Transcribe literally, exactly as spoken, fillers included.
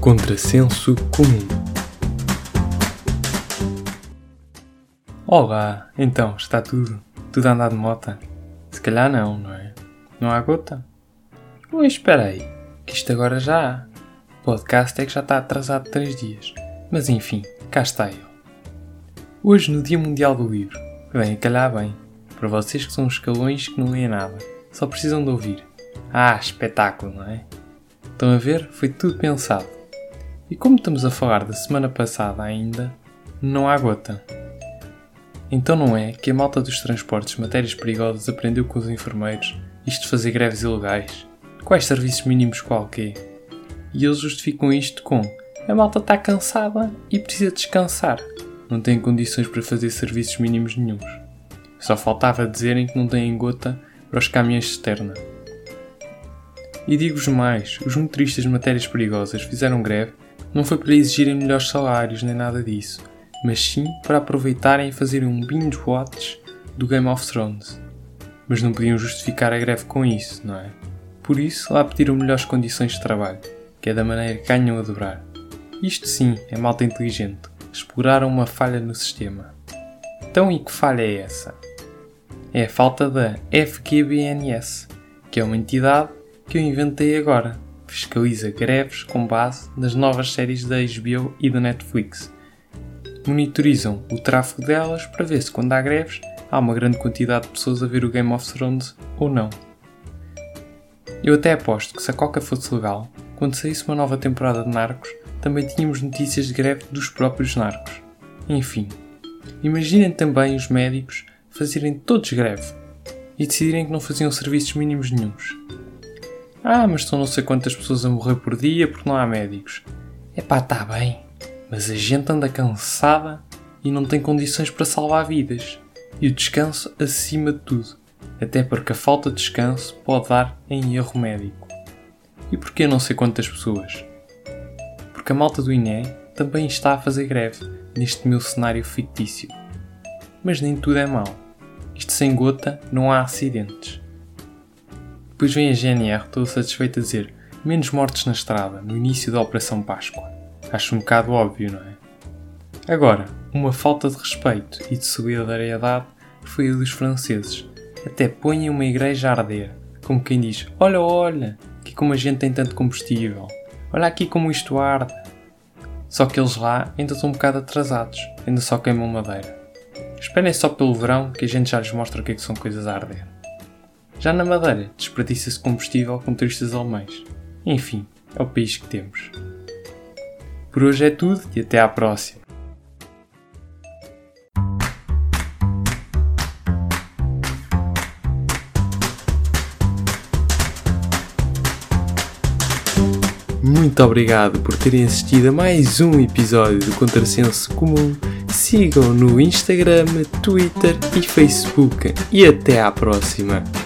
Contrassenso comum. Olá, então, está tudo? Tudo a andar de mota? Se calhar não, não é? Não há gota? Ui, espera aí, que isto agora já há. O podcast é que já está atrasado três dias. Mas enfim, cá está eu. Hoje, no Dia Mundial do Livro, vem a calhar bem. Para vocês que são os escalões que não leem nada, só precisam de ouvir. Ah, espetáculo, não é? Estão a ver? Foi tudo pensado. E como estamos a falar da semana passada ainda, não há gota. Então não é que a malta dos transportes de matérias perigosas aprendeu com os enfermeiros isto de fazer greves ilegais? Quais serviços mínimos qualquer? E eles justificam isto com: a malta está cansada e precisa descansar. Não tem condições para fazer serviços mínimos nenhuns. Só faltava dizerem que não têm gota para os caminhões de cisterna. E digo-vos mais, os motoristas de matérias perigosas fizeram greve não foi para exigirem melhores salários nem nada disso, mas sim para aproveitarem e fazerem um binge-watch do Game of Thrones. Mas não podiam justificar a greve com isso, não é? Por isso, lá pediram melhores condições de trabalho, que é da maneira que ganham a dobrar. Isto sim é malta inteligente. Exploraram uma falha no sistema. Então, e que falha é essa? É a falta da F G B N S, que é uma entidade que eu inventei agora. Fiscaliza greves com base nas novas séries da H B O e da Netflix. Monitorizam o tráfego delas para ver se quando há greves há uma grande quantidade de pessoas a ver o Game of Thrones ou não. Eu até aposto que se a Coca fosse legal, quando saísse uma nova temporada de Narcos, também tínhamos notícias de greve dos próprios narcos. Enfim, imaginem também os médicos fazerem todos greve e decidirem que não faziam serviços mínimos nenhuns. Ah, mas estão não sei quantas pessoas a morrer por dia porque não há médicos. Epá, está bem, mas a gente anda cansada e não tem condições para salvar vidas. E o descanso acima de tudo, até porque a falta de descanso pode dar em erro médico. E porquê não sei quantas pessoas? Porque a malta do I N E também está a fazer greve neste meu cenário fictício. Mas nem tudo é mau. Isto sem gota não há acidentes. Depois vem a G N R toda satisfeita a dizer menos mortes na estrada no início da Operação Páscoa. Acho um bocado óbvio, não é? Agora, uma falta de respeito e de solidariedade foi a dos franceses. Até põem uma igreja a arder, como quem diz: olha, olha, aqui como a gente tem tanto combustível. Olha aqui como isto arde. Só que eles lá ainda estão um bocado atrasados, ainda só queimam madeira. Esperem só pelo verão que a gente já lhes mostra o que é que são coisas a arder. Já na Madeira, desperdiça-se combustível com turistas alemães. Enfim, é o país que temos. Por hoje é tudo e até à próxima. Muito obrigado por terem assistido a mais um episódio do Contrassenso Comum. Sigam no Instagram, Twitter e Facebook. E até à próxima.